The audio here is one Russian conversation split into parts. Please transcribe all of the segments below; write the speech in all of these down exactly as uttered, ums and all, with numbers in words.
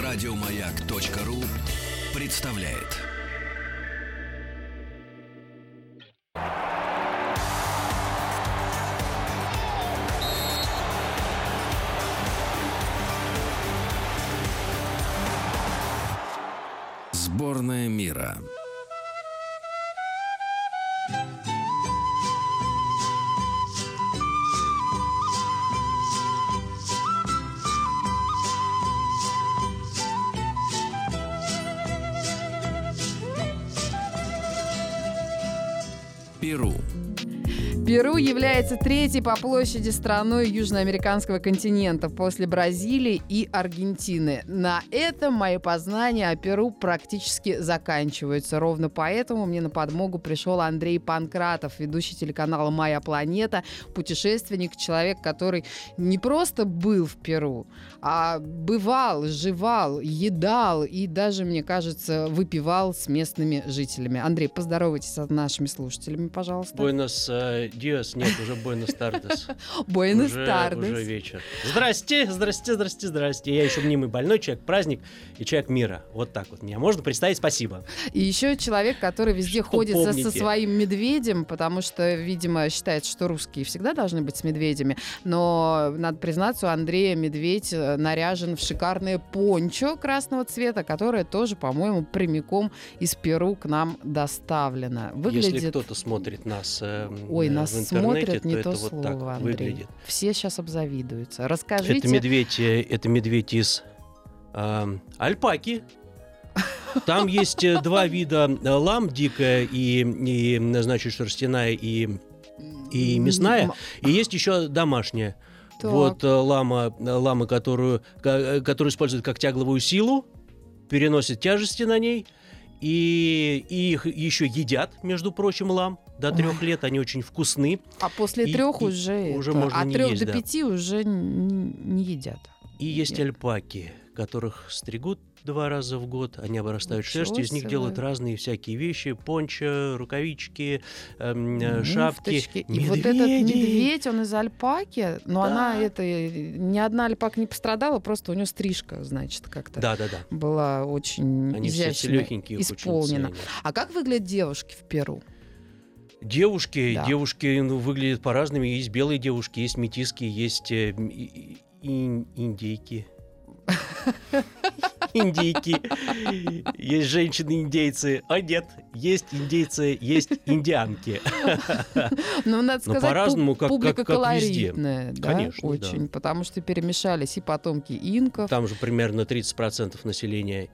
Радиомаяк.ру представляет. Сборная мира. Перу. Перу является третьей по площади страной южноамериканского континента после Бразилии и Аргентины. На этом мои познания о Перу практически заканчиваются. Ровно поэтому мне на подмогу пришел Андрей Панкратов, ведущий телеканала «Моя планета», путешественник, человек, который не просто был в Перу, а бывал, жевал, едал и даже, мне кажется, выпивал с местными жителями. Андрей, поздоровайтесь с нашими слушателями, пожалуйста. Буэнос Диас, нет, уже Буэнос Тардес. Буэнос Тардес. Уже вечер. Здрасте, здрасте, здрасте, здрасте. Я еще мнимый больной человек, праздник и человек мира. Вот так вот меня можно представить, спасибо. И еще человек, который везде Что ходит со, со помните? своим медведем, потому что, видимо, считается, что русские всегда должны быть с медведями. Но, надо признаться, у Андрея медведь наряжен в шикарное пончо красного цвета, которое тоже, по-моему, прямиком из Перу к нам доставлено. Выглядит... Если кто-то смотрит нас э, Ой, в нас интернете, смотрят, то не это то вот слово, так Андрей. выглядит. Все сейчас обзавидуются. Расскажите... Это медведь, э, это медведь из э, альпаки. Там есть э, два вида э, лам, дикая и, и, значит, шерстяная и, и мясная. И есть еще домашняя. Так. Вот э, лама, э, лама, которую, ка- которую используют как тягловую силу, переносят тяжести на ней. И, и их еще едят, между прочим, лам. До трех лет они очень вкусны. А после И- трех и уже, уже это, можно от не трех есть, до да. пяти уже не, не едят. И есть Нет. альпаки, которых стригут два раза в год. Они обрастают Ничего шерстью, из них себе. делают разные всякие вещи. Пончо, рукавички, эм, э, шапки. Муфточки. И вот этот Медведи. медведь, он из альпаки, но Да. она, это, ни одна альпака не пострадала, просто у нее стрижка, значит, как-то Да-да-да. была очень Они все изящно целёхенькие, их очень исполнена. ценят. А как выглядят девушки в Перу? Девушки, Да. девушки ну, выглядят по-разному. Есть белые девушки, есть метиски, есть э, м, и- и- индейки. Индейки. Есть женщины-индейцы. А нет, есть индейцы, есть индианки. Ну, надо Но сказать, по-разному, пу- как- публика как- как везде. колоритная, да, Конечно, очень, да. потому что перемешались и потомки инков. Там же примерно тридцать процентов населения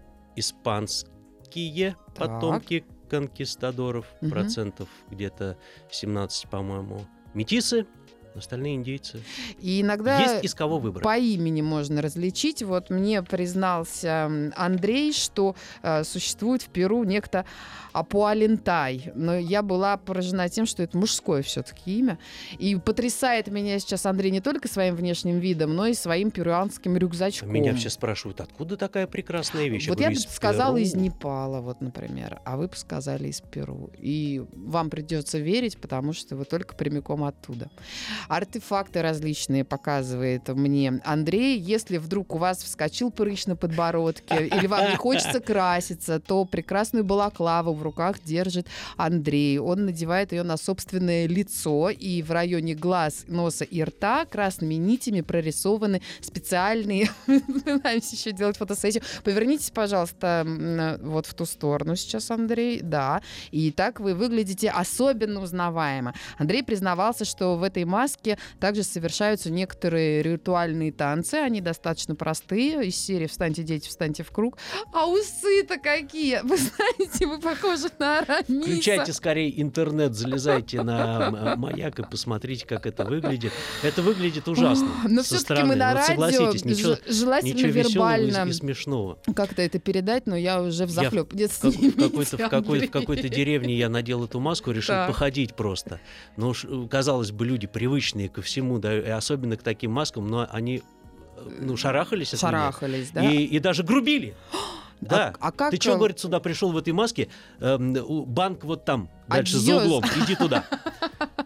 испанские потомки конкистадоров, Мгм. процентов где-то семнадцать, по-моему, метисы, остальные индейцы. И иногда Есть из кого выбрать. по имени можно различить. Вот мне признался м, Андрей, что э, существует в Перу некто Апуалентай. Но я была поражена тем, что это мужское все-таки имя. И потрясает меня сейчас Андрей не только своим внешним видом, но и своим перуанским рюкзачком. Меня все спрашивают, откуда такая прекрасная вещь? Вот я говорю, бы из сказала Перу. из Непала, вот, например, а вы бы сказали из Перу. И вам придется верить, потому что вы только прямиком оттуда. Артефакты различные показывает мне Андрей. Если вдруг у вас вскочил прыщ на подбородке или вам не хочется краситься, то прекрасную балаклаву в руках держит Андрей. Он надевает ее на собственное лицо, и в районе глаз, носа и рта красными нитями прорисованы специальные... Пытаемся еще делать фотосессию. Повернитесь, пожалуйста, м, вот в ту сторону сейчас, Андрей. Да. И так вы выглядите особенно узнаваемо. Андрей признавался, что в этой маске также совершаются некоторые ритуальные танцы. Они достаточно простые. Из серии «Встаньте, дети, встаньте в круг». А усы-то какие! Вы знаете, вы похожи на Арамиса. Включайте скорее интернет, залезайте на м- маяк и посмотрите, как это выглядит. Это выглядит ужасно. Но со все-таки мы стороны. на Вот радио, согласитесь, ничего, ж- желательно ничего веселого и, вербально и смешного. как-то это передать, но я уже взахлеб. Нет, В, как- в снимите, какой-то, в, какой- в какой-то Андрей. деревне я надел эту маску, решил Так. походить просто. Ну, уж, э, казалось бы, люди привычные ко всему, да, и особенно к таким маскам, но они э, ну, шарахались от меня. Шарахались, да? И, и даже грубили. Да. А, а как... Ты что, говорит, сюда пришел в этой маске? Эм, у- банк вот там, дальше за Адьос. углом. Иди туда.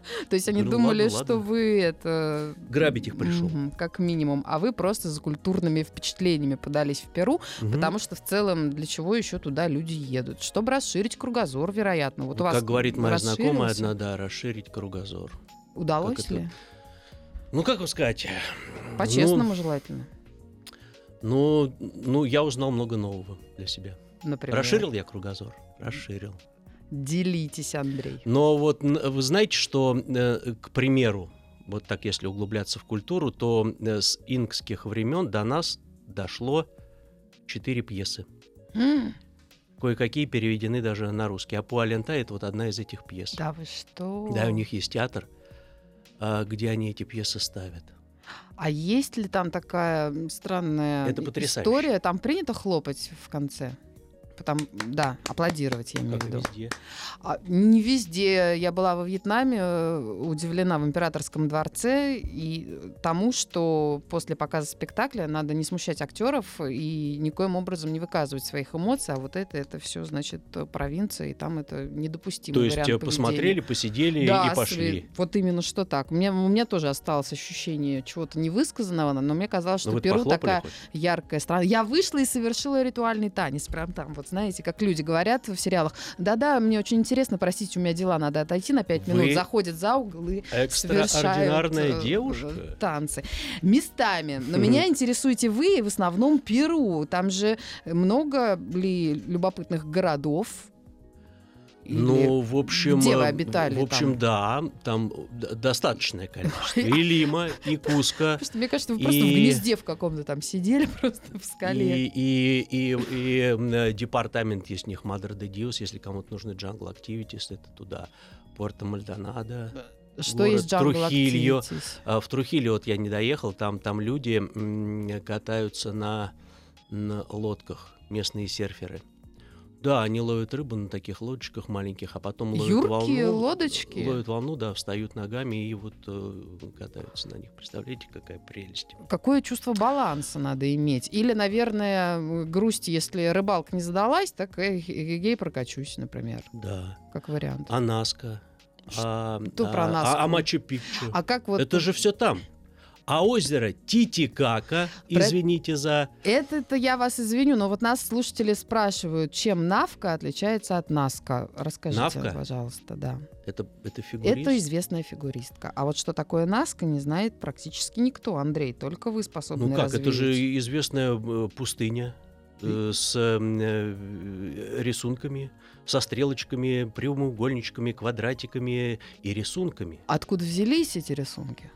То есть они Говорю, думали, ладно, что ладно. вы это... Грабить их пришел. Мгм, как минимум. А вы просто за культурными впечатлениями подались в Перу, Мгм. потому что в целом для чего еще туда люди едут? Чтобы расширить кругозор, вероятно. Вот Ну, у вас как говорит моя знакомая расширился? одна, да, расширить кругозор. Удалось как это- ли? Ну, как вам сказать? По-честному желательно, Ну, ну, ну, я узнал много нового для себя. например. Расширил я кругозор? Расширил. Делитесь, Андрей. Но вот н- вы знаете, что, э, к примеру, вот так если углубляться в культуру, то э, с инкских времен до нас дошло четыре пьесы. М, Кое-какие переведены даже на русский. А Пуалента — это вот одна из этих пьес. Да вы что? Да, у них есть театр, а, где они эти пьесы ставят. А есть ли там такая м, странная Это и- потрясающе. история? Там принято хлопать в конце? Потому, да, аплодировать, я имею в Как и виду. везде. А, не везде. Я была во Вьетнаме, э, удивлена в императорском дворце и тому, что после показа спектакля надо не смущать актеров и никоим образом не выказывать своих эмоций. А вот это, это все, значит, провинция, и там это недопустимо. То есть э, посмотрели, посидели Да, и пошли. сви- вот именно что так. У меня, у меня тоже осталось ощущение чего-то невысказанного, но мне казалось, Ну, что вы Перу похлопали такая хоть? яркая страна. Я вышла и совершила ритуальный танец. Прям там, вот знаете, как люди говорят в сериалах. Да-да, мне очень интересно, простите, у меня дела, надо отойти на пять Вы минут. Заходят за угол и Экстраординарная совершают, э, девушка. танцы. Местами. Но Мгм. меня интересуете вы, и в основном Перу. Там же много ли любопытных городов? Или Ну, в общем, где вы э, обитали в общем, там? да, там д- достаточное количество. И Лима, и Куска, Потому что, мне кажется, вы просто в И- гнезде в каком-то там сидели просто в скале. и, и, и, и, м, департамент есть у них Мадер де Диос, если кому-то нужны джангл активитис, это туда. Порто Мальдонадо. Что город есть Jungle Трухильо. Activities? А в Трухиле вот я не доехал, там, там люди м, катаются на, на лодках, местные серферы. Да, они ловят рыбу на таких лодочках маленьких, а потом ловят Юркие волну. лодочки? Ловят волну, да, встают ногами и вот э, катаются на них. Представляете, какая прелесть. Какое чувство баланса надо иметь? Или, наверное, грусть, если рыбалка не задалась, так и гей прокачусь, например, Да. как вариант. А Наска? А, Что а, про Наску? а, а Мачу-Пикчу? А как вот Это же все там. А озеро Титикака, Про- извините за... это-то я вас извиню, но вот нас слушатели спрашивают, чем Навка отличается от Наска. Расскажите, Навка? пожалуйста, да. Это, это фигурист? Это известная фигуристка. А вот что такое Наска, не знает практически никто. Андрей, только вы способны Ну как, это же развеять. известная э, пустыня э, с э, рисунками, со стрелочками, прямоугольничками, квадратиками и рисунками. Откуда взялись эти рисунки?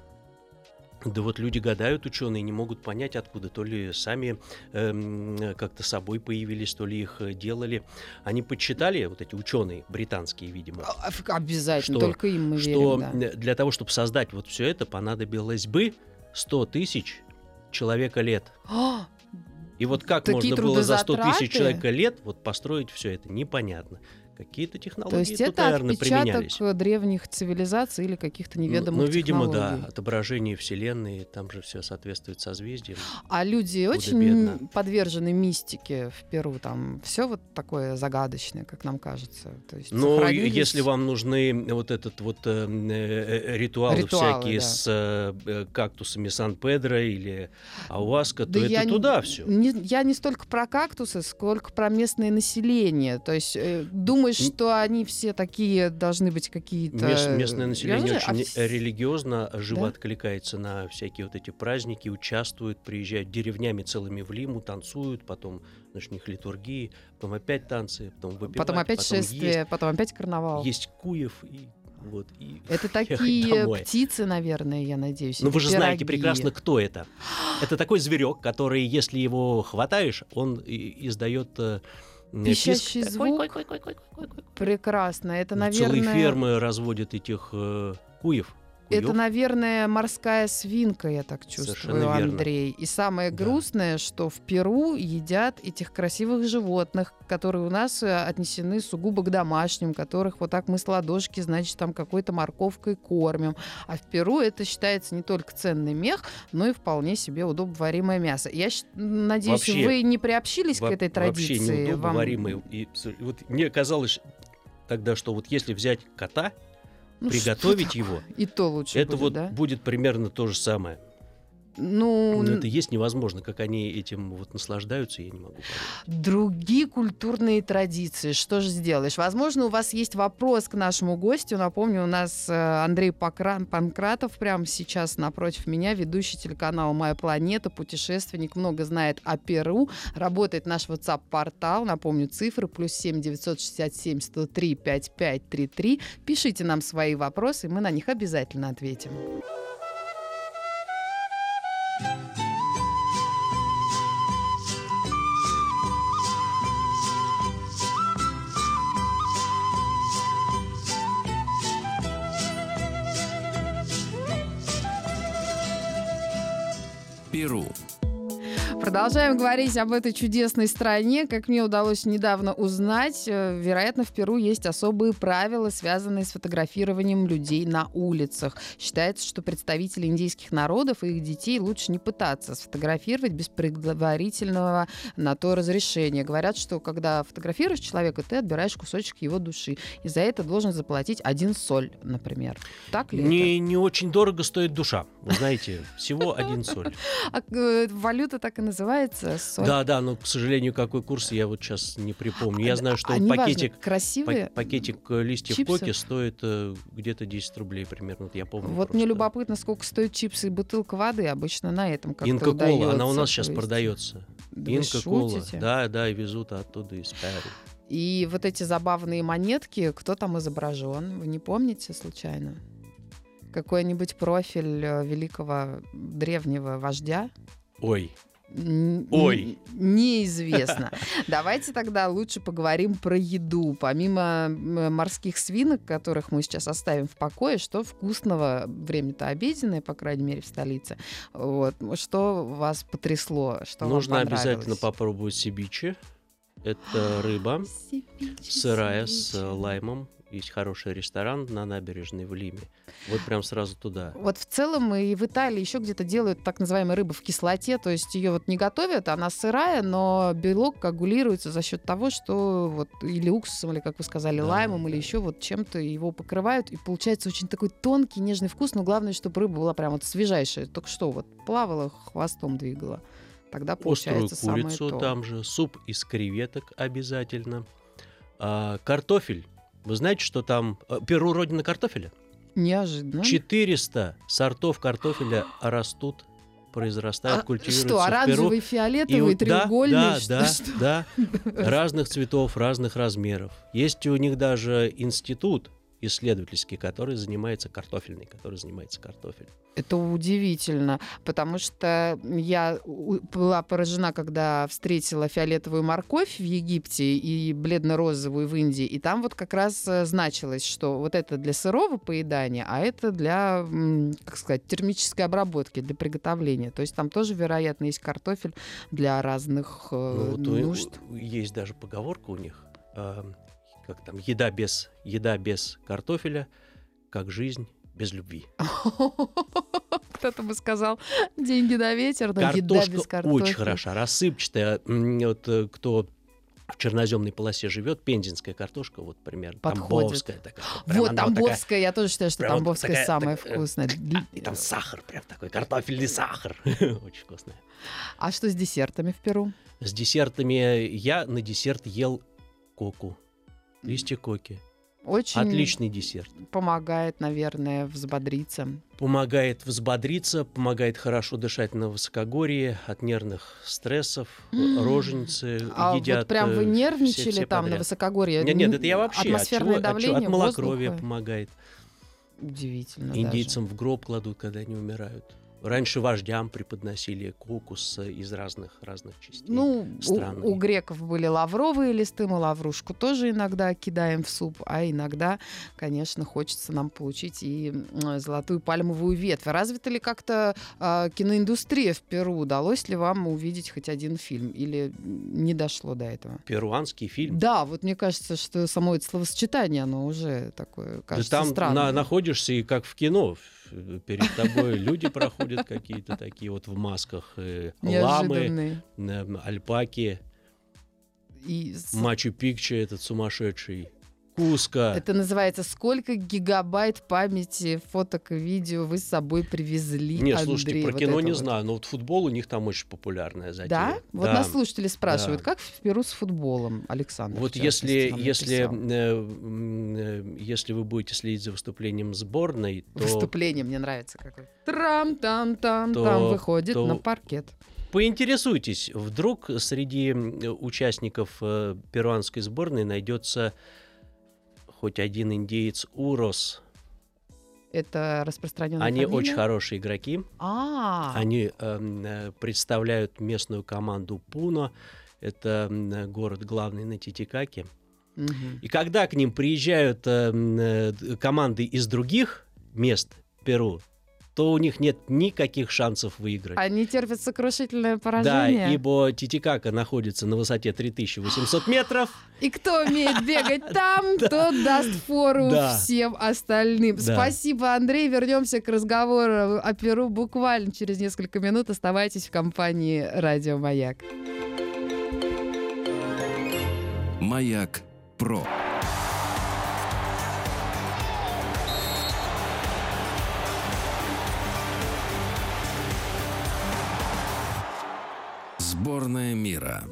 Да вот люди гадают, ученые, не могут понять, откуда. То ли сами эм, как-то собой появились, то ли их э, делали. Они подсчитали, вот эти ученые, британские, видимо, А, ф- Обязательно, Что- только им мы что верим. да. э, для того, чтобы создать вот все это, понадобилось бы сто тысяч человека лет. А, И вот как Такие можно было за сто тысяч трудозатраты? человека лет вот построить все это, непонятно. Какие-то технологии То есть тут, это наверное, применялись. отпечаток древних цивилизаций или каких-то Ну, неведомых ну, видимо, да, технологий. отображение Вселенной, там же все соответствует созвездиям. А люди очень Худо-бедно. подвержены мистике в Перу. Там все вот такое загадочное, как нам кажется. То есть Но сохранились- если вам нужны вот этот вот э, э, ритуалы, Ритуалы, всякие да. с э, э, кактусами Сан-Педро или Ауаска, Да то я это не- туда все. Не- я не столько про кактусы, сколько про местное население. То есть э, думаешь, М. что они все такие должны быть какие-то... местное я население не знаю, очень а вс- религиозно, живо Да? откликается на всякие вот эти праздники, участвуют, приезжают деревнями целыми в Лиму, танцуют, потом значит, у них литургии, потом опять танцы, потом выпивать, Потом опять потом шествие, есть, потом опять карнавал. есть Куев и вот. И Это ехать такие домой. птицы, наверное, я надеюсь. Ну или вы же знаете пироги. прекрасно, кто это. Это такой зверек, который, если его хватаешь, он и- издает э, Пищащий писк. звук. Ой-ой-ой-ой-ой-ой-ой. Прекрасно. Это, Ну, Целые наверное... фермы разводят этих э, куев. Это, Куев. наверное, морская свинка, я так чувствую, Совершенно верно. Андрей. И самое Да. грустное, что в Перу едят этих красивых животных, которые у нас э, отнесены сугубо к домашним, которых вот так мы с ладошки, значит, там какой-то морковкой кормим. А в Перу это считается не только ценный мех, но и вполне себе удобоваримое мясо. Я щ- надеюсь, Вообще- вы не приобщились Во- к этой традиции. Вообще Вам- неудобоваримый. И, с- вот мне казалось тогда, что вот если взять кота, Ну, приготовить что его, такое? И то лучше это будет, вот да? будет примерно то же самое. Ну, Но это есть невозможно, как они этим вот наслаждаются, я не могу понять. другие культурные традиции. Что же сделаешь? Возможно, у вас есть вопрос к нашему гостю. Напомню, у нас э, Андрей Покра- Панкратов прямо сейчас напротив меня, ведущий телеканала «Моя планета», путешественник, много знает о Перу. Работает наш WhatsApp-портал. Напомню, цифры плюс семь девятьсот шестьдесят семь сто три пятьдесят пять тридцать три. Пишите нам свои вопросы, и мы на них обязательно ответим. Перу. Продолжаем говорить об этой чудесной стране. Как мне удалось недавно узнать, э, вероятно, в Перу есть особые правила, связанные с фотографированием людей на улицах. Считается, что представители индейских народов и их детей лучше не пытаться сфотографировать без предварительного на то разрешения. Говорят, что когда фотографируешь человека, ты отбираешь кусочек его души. И за это должен заплатить один соль, например. Так ли Не, это? не очень дорого стоит душа, вы знаете, всего один соль. А, э, валюта так и называется? Соль? Да, да, но, к сожалению, какой курс, я вот сейчас не припомню. Я знаю, что А вот неважно, пакетик, красивые? пак- пакетик э, листьев чипсы? коки стоит э, где-то десять рублей примерно, вот я помню. Вот просто. мне любопытно, сколько стоят чипсы и бутылка воды. Обычно на этом как-то Инка-кола, она у удается нас сейчас вывести. продается. Да вы Инка-кола, шутите? да, да, и везут оттуда из Перу. И вот эти забавные монетки, кто там изображен? Вы не помните случайно? Какой-нибудь профиль э, великого древнего вождя? Ой, Н- Ой. н- Неизвестно. Давайте тогда лучше поговорим про еду. Помимо м, морских свинок, которых мы сейчас оставим в покое, что вкусного, время-то обеденное, по крайней мере, в столице, вот, что вас потрясло, что нужно вам обязательно понравилось? попробовать сибичи. Это рыба Сибичи, сырая с сибичи. э, лаймом. Есть хороший ресторан на набережной в Лиме. Вот прям сразу туда. Вот в целом и в Италии еще где-то делают так называемую рыбу в кислоте, то есть ее вот не готовят, она сырая, но белок коагулируется за счет того, что вот или уксусом, или, как вы сказали, Да, лаймом, да. или еще вот чем-то его покрывают, и получается очень такой тонкий, нежный вкус, но главное, чтобы рыба была прям вот свежайшая, только что вот плавала, хвостом двигала. Тогда Острую получается самое курицу то. там же, суп из креветок обязательно. А, картофель. Вы знаете, что там... э, Перу родина картофеля? Неожиданно. четыреста сортов картофеля растут, произрастают, А культивируются что, в Перу. оранжевый, И фиолетовый, вот- да, треугольный? да, Что- да, что? да, разных цветов, разных размеров. Есть у них даже институт исследовательский, который занимается картофельной, который занимается картофелем. Это удивительно, потому что я у- была поражена, когда встретила фиолетовую морковь в Египте и бледно-розовую в Индии, и там вот как раз э, значилось, что вот это для сырого поедания, а это для, м, как сказать, термической обработки, для приготовления. То есть там тоже, вероятно, есть картофель для разных э, Ну, вот у- нужд. у- есть даже поговорка у них, э, как там, еда без, еда без картофеля, как жизнь без любви. Кто-то бы сказал, деньги на ветер, но еда без Картошка картофеля. очень хороша, рассыпчатая. М, Вот э, кто в черноземной полосе живет, пензенская картошка, вот примерно, Подходит. тамбовская такая. прям Вот, она такая, тамбовская, я тоже считаю, что прям вот тамбовская такая- самая так, э, вкусная. и там сахар прям такой, картофельный сахар. Очень вкусная. А что с десертами в Перу? С десертами я на десерт ел коку, листья коки. Очень Отличный десерт. помогает, наверное, взбодриться. Помогает взбодриться, помогает хорошо дышать на высокогорье, от нервных стрессов, М. роженицы А едят. вот прям вы э, нервничали все- все там на подряд. высокогорье? Нет, нет, это я вообще. От, Атмосферное чего- от чего- давление, от малокровия воздуха? помогает. Удивительно Индейцам в гроб кладут, когда они умирают. Раньше вождям преподносили кокус из разных, разных частей даже. Ну, страны. у, у греков были лавровые листы, мы лаврушку тоже иногда кидаем в суп, а иногда, конечно, хочется нам получить и м, золотую пальмовую ветвь. Развита ли как-то а, киноиндустрия в Перу? Удалось ли вам увидеть хоть один фильм? Или не дошло до этого? Перуанский фильм. Да, вот мне кажется, что само это словосочетание, оно уже такое, Да кажется, там странным. на- находишься и как в кино. Перед тобой люди проходят какие-то такие вот в масках. э, Ламы, Неожиданные. э, альпаки, И с- Мачу-Пикчу этот сумасшедший. Куско. Это называется «Сколько гигабайт памяти, фоток и видео вы с собой привезли, Нет, Андрей?» слушайте, про Вот кино это не вот. знаю, но вот футбол у них там очень популярная затея. Да? Вот Да. нас слушатели спрашивают, Да. как в Перу с футболом, Александр? Вот в частности, если, нам если, написал. э, э, если вы будете следить за выступлением сборной, то Выступление мне нравится какое. Трам-там-там, То- там выходит то- на паркет. поинтересуйтесь, вдруг среди м, участников э, перуанской сборной найдется хоть один индеец Урос. Это распространенная Они фамилия? очень хорошие игроки. А, Они эм, э, представляют местную команду Пуно. Это м, город главный на Титикаке. мгм. И когда к ним приезжают эм, э, команды из других мест Перу, то у них нет никаких шансов выиграть. Они терпят сокрушительное Да, поражение. ибо Титикака находится на высоте три тысячи восемьсот метров. И кто умеет бегать там, тот даст фору Да. всем остальным. Да. Спасибо, Андрей. Вернемся к разговору о Перу буквально через несколько минут. Оставайтесь в компании «Радио Маяк». Маяк Про. Сборная мира.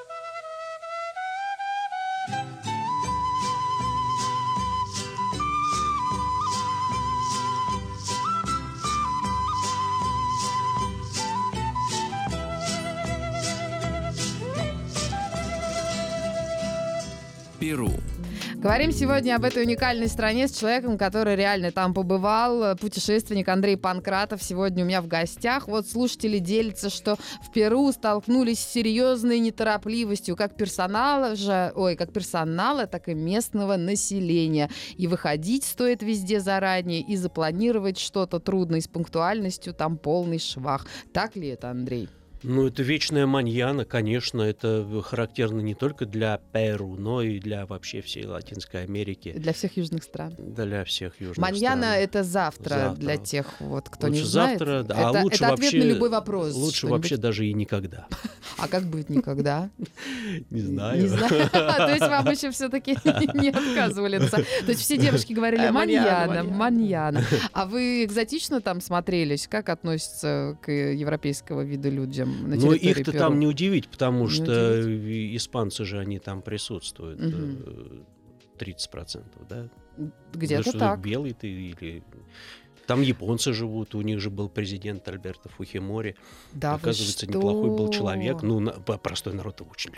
Перу. Говорим сегодня об этой уникальной стране с человеком, который реально там побывал. Путешественник Андрей Панкратов сегодня у меня в гостях. Вот слушатели делятся, что в Перу столкнулись с серьезной неторопливостью как персонала, же, ой, как персонала, так и местного населения. И выходить стоит везде заранее, и запланировать что-то трудно, и с пунктуальностью там полный швах. Так ли это, Андрей? Ну, это вечная маньяна, конечно. Это характерно не только для Перу, но и для вообще всей Латинской Америки. Для всех южных стран. Для всех южных Маньяна стран. это завтра, Завтра. для тех, вот, кто Лучше не знает. завтра, да. Это, А лучше это ответ вообще, на любой вопрос. Лучше Что-нибудь- вообще даже и никогда. А как будет никогда? Не знаю. Не знаю. То есть вам еще все-таки не отказывали. То есть все девушки говорили Э, маньяна, маньяна, маньяна. А вы экзотично там смотрелись? Как относятся к европейского вида людям на Ну, территории их-то Перу? там не удивить, потому Не что испанцы же, они там присутствуют. Мгм. э, тридцать процентов, да? Где-то Да что, так. белый ты или... Там японцы живут, у них же был президент Альберто Фухимори. Да вы Оказывается, что? неплохой был человек. Ну, на- по- простой народ его очень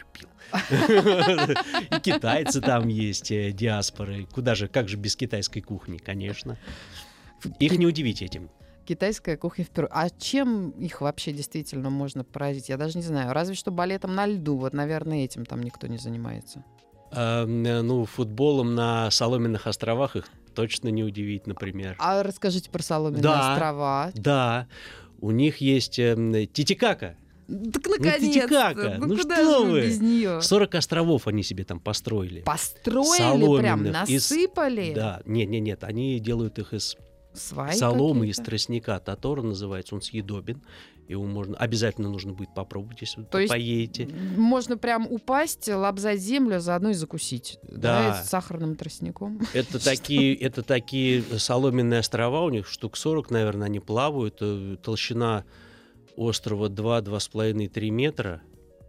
любил. И китайцы там есть, э, диаспоры. Куда же, как же без китайской кухни, конечно. Их не удивить этим. Китайская кухня в Перу. А чем их вообще действительно можно поразить? Я даже не знаю. Разве что балетом на льду. Вот, наверное, этим там никто не занимается. А, м, ну, футболом на Соломенных островах их точно не удивить, например. А расскажите про Соломенные Да. острова. Да, у них есть эм, Титикака. Так наконец-то! Титикака. Ну, Ну куда что же вы? без нее? сорок островов они себе там построили. Построили прям, Соломенных, из- насыпали? Да, нет, нет, нет, они делают их из Сваи соломы, из какие-то? тростника. Татора называется, он съедобен. Его можно, обязательно нужно будет попробовать, если вы То есть поедете. Можно прям упасть, лобзать землю, а заодно и закусить. Да. с сахарным тростником. Это такие, это такие соломенные острова, у них штук сорок, наверное, они плавают. Э, Толщина острова два-два с половиной три метра.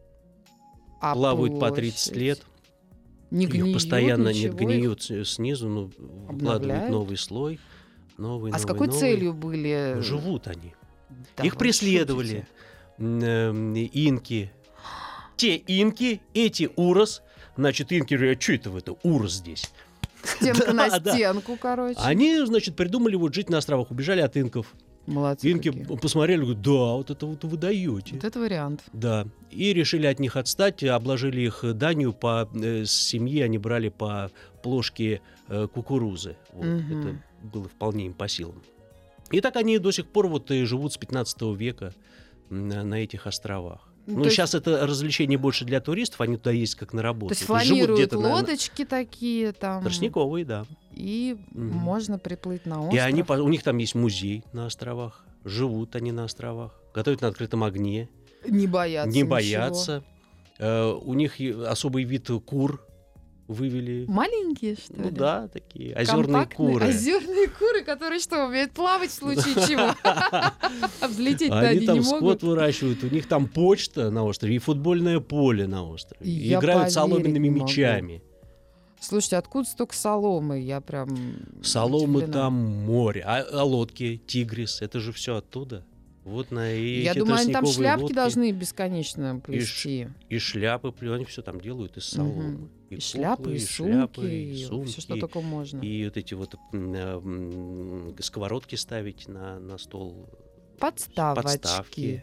А Плавают по тридцать площадь? лет. Не Их гниют, постоянно ничего, нет, их- гниют с- снизу, ну, вкладывают Обновляют? новый слой. Новый, А с новый, какой новый. целью были? Ну, живут они. Да Их вы преследовали шутите. м, эм, инки. Те инки, эти урос. Значит, инки говорят, а что это в это урос здесь? Стенка Да, на да. стенку, короче. Они, значит, придумали вот жить на островах, убежали от инков. Молодцы Инки какие. посмотрели, говорят, да, вот это вот вы даете. Вот это вариант. Да. И решили от них отстать, обложили их данью. По, э, с семьи они брали по плошке э, кукурузы. Вот. Мгм. Это было вполне им по силам. И так они до сих пор вот и живут с пятнадцатого века на, на этих островах. Ну, Ну, то есть- сейчас это развлечение больше для туристов, они туда ездят как на работу. То есть То есть живут фланируют где-то на- на- лодочки такие там. Тростниковые, да. И Мгм. можно приплыть на остров. И они, по- у них там есть музей на островах. Живут они на островах. Готовят на открытом огне. Не боятся не ничего. боятся. Э, у них и особый вид кур. вывели. Маленькие, что Ну ли? да, такие озерные Компактные куры. озерные куры, которые что, умеют плавать в случае чего? Взлететь-то Они они там не скот могут. выращивают, у них там почта на острове и футбольное поле на острове. И И я играют поверить соломенными не могу. мечами. Слушайте, откуда столько соломы? Я прям Соломы удивлена. там море. А, а лодки, тигрис, это же все оттуда. Вот на и Я эти думаю, они там тростниковые шляпки лодки, должны бесконечно плести. и шляпы, плю- они все там делают из соломы. Мгм. И, куклы, шляпы, и сумки, шляпы, и и все, что сумки, только можно. и вот эти вот м, м, сковородки ставить на, на стол. Подставочки, подставки.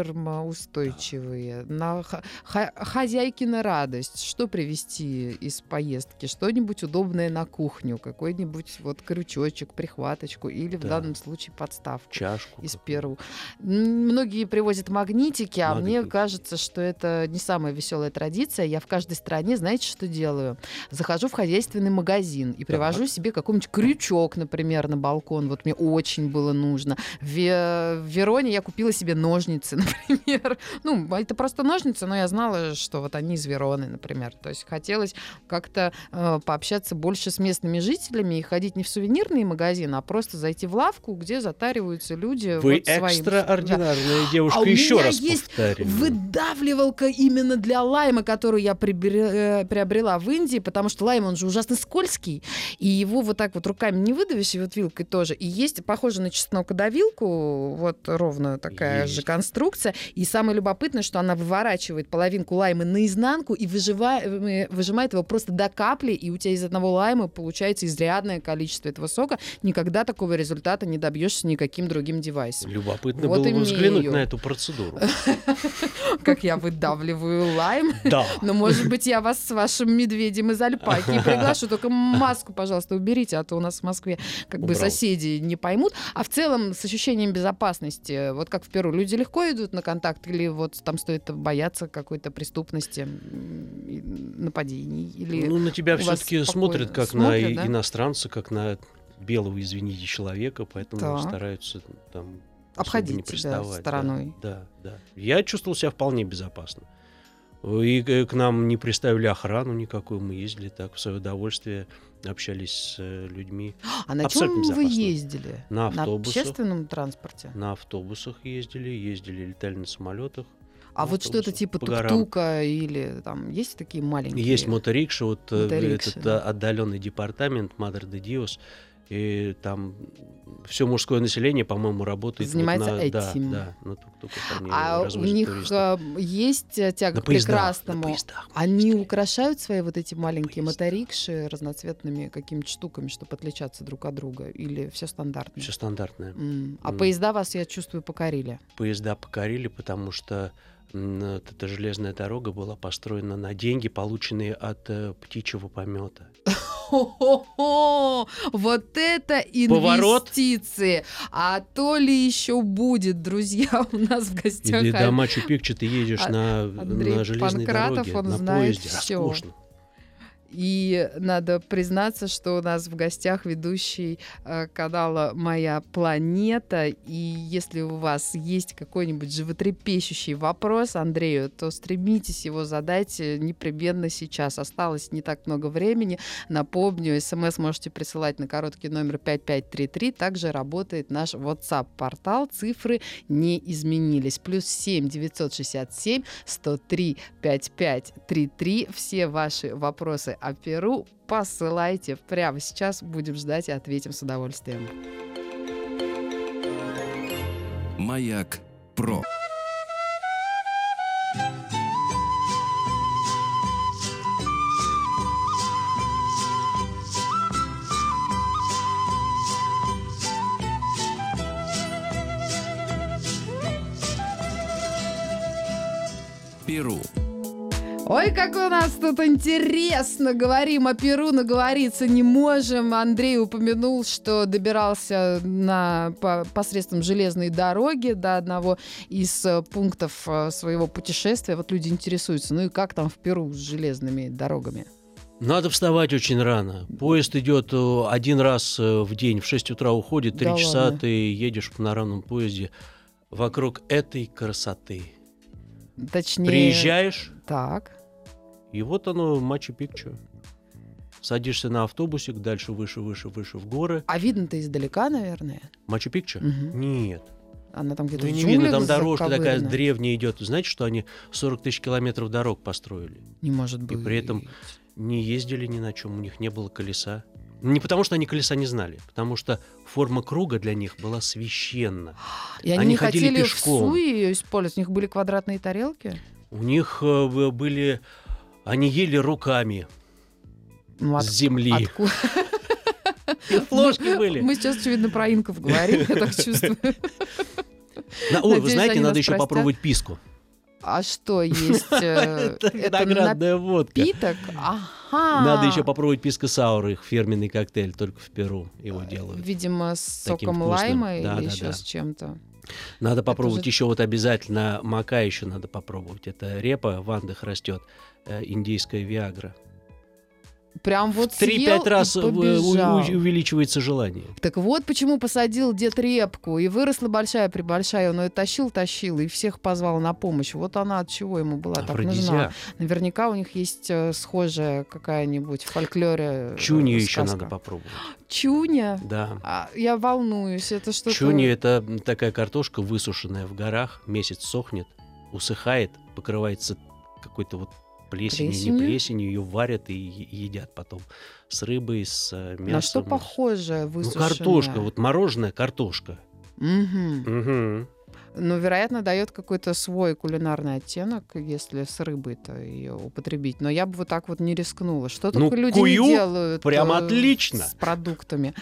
термоустойчивые, на ха- ха- хозяйкина радость. Что привезти из поездки? Что-нибудь удобное на кухню, какой-нибудь вот крючочек, прихваточку или в Да. данном случае подставку Чашку. из какую-то. Перу. М, Многие привозят магнитики, а мне Магнитики. кажется, что это не самая веселая традиция. Я в каждой стране, знаете, что делаю? Захожу в хозяйственный магазин и привожу себе какой-нибудь крючок, например, на балкон. Вот мне очень было нужно. В Ве- в Вероне я купила себе ножницы, например. Ну, это просто ножницы, но я знала, что вот они из Вероны, например. То есть хотелось как-то э, пообщаться больше с местными жителями и ходить не в сувенирные магазины, а просто зайти в лавку, где затариваются люди. Вы вот своим. экстраординарная девушка, А у еще меня раз есть повторю. Выдавливалка именно для лайма, которую я прибер- э, приобрела в Индии, потому что лайм, он же ужасно скользкий, и его вот так вот руками не выдавишь, и вот вилкой тоже. И есть, похоже на чеснокодавилку, вот ровно такая Есть. же конструкция. И самое любопытное, что она выворачивает половинку лайма наизнанку и выжива- э, выжимает его просто до капли, и у тебя из одного лайма получается изрядное количество этого сока. Никогда такого результата не добьешься никаким другим девайсом. Любопытно Вот было бы имею. взглянуть на эту процедуру. Как я выдавливаю лайм. Да. Но, может быть, я вас с вашим медведем из Альпаки приглашу. Только маску, пожалуйста, уберите, а то у нас в Москве как бы Убрал. соседи не поймут. А в целом с ощущением безопасности, вот как в Перу, люди легко идут на контакт или вот там стоит бояться какой-то преступности, м, и нападений? Или Ну, на тебя у вас все-таки спокойно смотрят как смотрят, на и- да? иностранца, как на белого, извините, человека, поэтому Так. стараются там особо Обходить не тебя приставать. стороной. Да, да, да. Я чувствовал себя вполне безопасно. И э, к нам не приставили охрану никакую, мы ездили так в свое удовольствие, общались с э, людьми. А на Абсолютно чем вы безопасно. ездили? На автобусах. общественном транспорте? На автобусах ездили, ездили, летали на самолетах. А на вот что-то автобусах типа по горам. тук-тука или там есть такие маленькие? Есть моторикша, вот э, Моторикши, этот да. а, отдаленный департамент Мадер де Диос, и там все мужское население, по-моему, работает. вот Занимается на, этим. Да, да, на тук-туках они А у развозят них туристов. а, есть э, тяга На к поездах, на прекрасному. поездах. Они украшают свои вот эти маленькие поездах. моторикши разноцветными какими-то штуками, чтобы отличаться друг от друга? Или все стандартно? Все стандартное. М, А М. поезда вас, я чувствую, покорили. Поезда покорили, потому что м, вот эта железная дорога была построена на деньги, полученные от э, птичьего помета. Хо-хо-хо! Вот это Поворот. инвестиции! А то ли еще будет, друзья, у нас в И гостях. до, до Мачу-Пикчу ты едешь А- на, Андрей на железной Панкратов, дороге, он на знает поезде. всё. Роскошно. И надо признаться, что у нас в гостях ведущий э, канала «Моя планета». И если у вас есть какой-нибудь животрепещущий вопрос Андрею, то стремитесь его задать э, непременно сейчас. Осталось не так много времени. Напомню, смс можете присылать на короткий номер пять пять три три. Также работает наш WhatsApp-портал. Цифры не изменились. Плюс семь девятьсот шестьдесят семь сто три пятьдесят пять тридцать три. Все ваши вопросы о Перу посылайте прямо сейчас. Будем ждать и ответим с удовольствием. Маяк Про. Перу. Ой, как у нас тут интересно. Говорим о Перу, наговориться не можем. Андрей упомянул, что добирался на, по, посредством железной дороги до одного из э, пунктов э, своего путешествия. Вот люди интересуются, ну и как там в Перу с железными дорогами? Надо вставать очень рано. Поезд идет э, один раз э, в день, в шесть утра уходит, три Да часа ладно? ты едешь в панорамном поезде вокруг этой красоты. Точнее... Приезжаешь, Так. и вот оно, Мачу-Пикчу. садишься на автобусик, дальше выше, выше, выше в горы. А видно-то издалека, наверное? Мачу-Пикчу? Мгм. Нет. Она там где-то Ну, в не видно, джунглях там дорожка такая заковырена. древняя идет. Знаете, что они сорок тысяч километров дорог построили? Не может быть. при этом Не ездили ни на чем, у них не было колеса. Не потому, что они колеса не знали, потому что форма круга для них была священна. И они, они не ходили хотели пешком. в суе ее использовать. У них были квадратные тарелки. У них э, были... Они ели руками Ну, с земли. откуда? И ложки были. Мы сейчас, очевидно, про инков говорим, я так чувствую. На- Ой, вы Надеюсь, знаете, они надо нас еще простят. попробовать писку. А что есть? э, Это Это виноградная водка. напиток? Ага. Надо еще попробовать писка саур, их фирменный коктейль, только в Перу его делают. Видимо, с Таким соком вкусным. лайма Да, или да, еще да. с чем-то. Надо попробовать же- еще вот обязательно мака еще надо попробовать. Это репа в Андах растет, э, индийская виагра. Прям вот В съел три-пять и раз у- у- побежал. увеличивается желание. Так вот почему посадил дед репку, и выросла большая-пребольшая, он ее тащил-тащил, и всех позвал на помощь. Вот она от чего ему была так нужна. Афродизиак. Наверняка у них есть э, схожая какая-нибудь в фольклоре э, Чуни еще сказка. надо попробовать. Чуня? Да. А, я волнуюсь, это что-то... Чуни — это такая картошка, высушенная в горах, месяц сохнет, усыхает, покрывается какой-то вот плесенью, Плесенью? не плесенью, ее варят и е- едят потом с рыбой, с э, мясом. На что похоже Ну, высушенная? картошка, вот мороженая картошка. Мгм. Мгм. Ну, вероятно, дает какой-то свой кулинарный оттенок, если с рыбой-то ее употребить. Но я бы вот так вот не рискнула. Что Ну, только люди кую не делают прям э, отлично. с продуктами.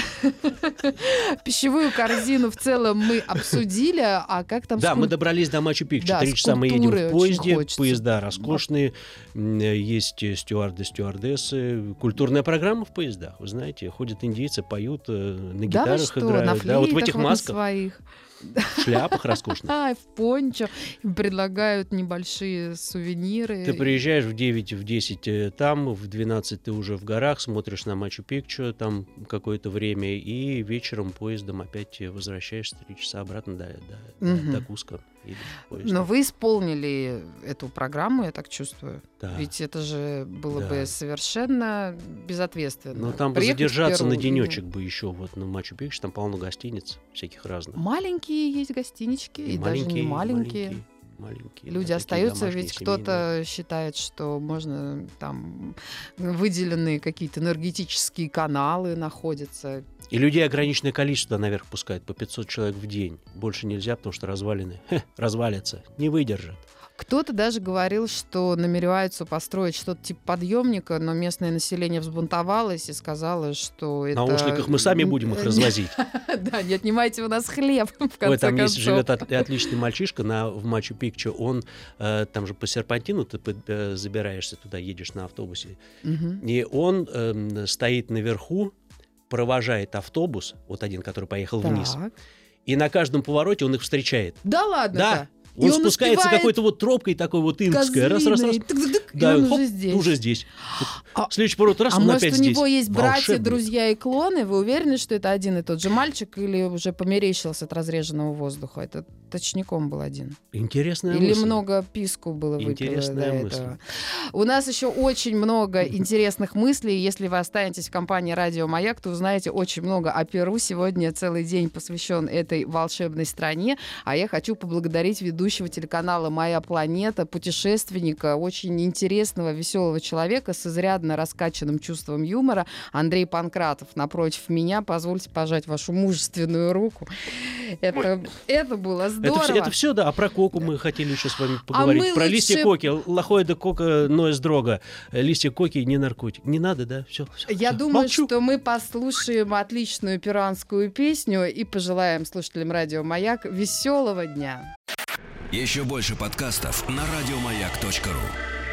Пищевую корзину в целом мы обсудили, а как там... Да, скульп- мы добрались до Мачу-Пикчу. Да, Три часа мы едем скульптуры в очень поезде. хочется. Поезда роскошные. М, э, Есть э, стюарды, стюардессы. Культурная программа в поездах. Вы знаете, ходят индейцы, поют, э, на Да вы гитарах что, играют. на Да, вот в флейтах этих вот на масках, своих. в шляпах роскошных. А, в пончо. Им предлагают небольшие сувениры. Ты приезжаешь в девять, в десять э, там, в двенадцать ты уже в горах, смотришь на Мачу-Пикчу там какое-то время, и вечером поездом опять э, возвращаешься три часа обратно до, до, Мгм. до Куско. Едешь поездом. Но вы исполнили эту программу, я так чувствую. Да. Ведь это же было Да. бы совершенно безответственно. Ну, там бы Приехать в задержаться Перу на и- денечек бы еще вот на Мачу-Пикчу, там полно гостиниц всяких разных. Маленькие есть гостинички, и, даже не маленькие. маленькие, маленькие, Люди да, такие остаются, домашние, ведь семейные. кто-то считает, что можно там выделенные какие-то энергетические каналы находятся. И людей ограниченное количество наверх пускают, по пятьсот человек в день. Больше нельзя, потому что развалины хе, развалятся, не выдержат. Кто-то даже говорил, что намереваются построить что-то типа подъемника, но местное население взбунтовалось и сказало, что это... На ушликах мы сами будем их развозить. Да, не отнимайте у нас хлеб, в конце Ой, там есть, концов. живет от- отличный мальчишка на, в Мачу-Пикчу. Он э, там же по серпантину ты под- э, забираешься туда, едешь на автобусе. Мгм. И он эм, стоит наверху, провожает автобус, вот один, который поехал вниз. Так. И на каждом повороте он их встречает. Да ладно. Да. И Он он спускается успевает какой-то вот тропкой такой вот инкской. Раз, раз, раз. Козлиной. Тык-тык-тык, и Да, он хоп, уже здесь. уже здесь. А- В следующий поворот раз, А он может, опять у здесь. него есть братья, Волшебник. друзья и клоны? Вы уверены, что это один и тот же мальчик, или уже померещился от разреженного воздуха? Это точняком был один. Интересная Или мысль. много писку было выпито Интересная до мысль. этого. У нас еще очень много интересных мыслей. Если вы останетесь в компании «Радио Маяк», то узнаете очень много о Перу. Сегодня целый день посвящен этой волшебной стране. А я хочу поблагодарить ведущего телеканала «Моя планета», путешественника, очень интересного, веселого человека с изрядно раскачанным чувством юмора Андрей Панкратов. Напротив меня, позвольте пожать вашу мужественную руку. Это, это было здорово. Это, все, да. А про коку мы хотели еще с вами поговорить. мы про лучше- листья коки. Лохой да кока, ноэс дрога. Листья коки не наркотик. Не надо, да? Все. Я думаю, что мы послушаем отличную перуанскую песню и пожелаем слушателям радио «Маяк» веселого дня. Еще больше подкастов на радиомаяк точка ру.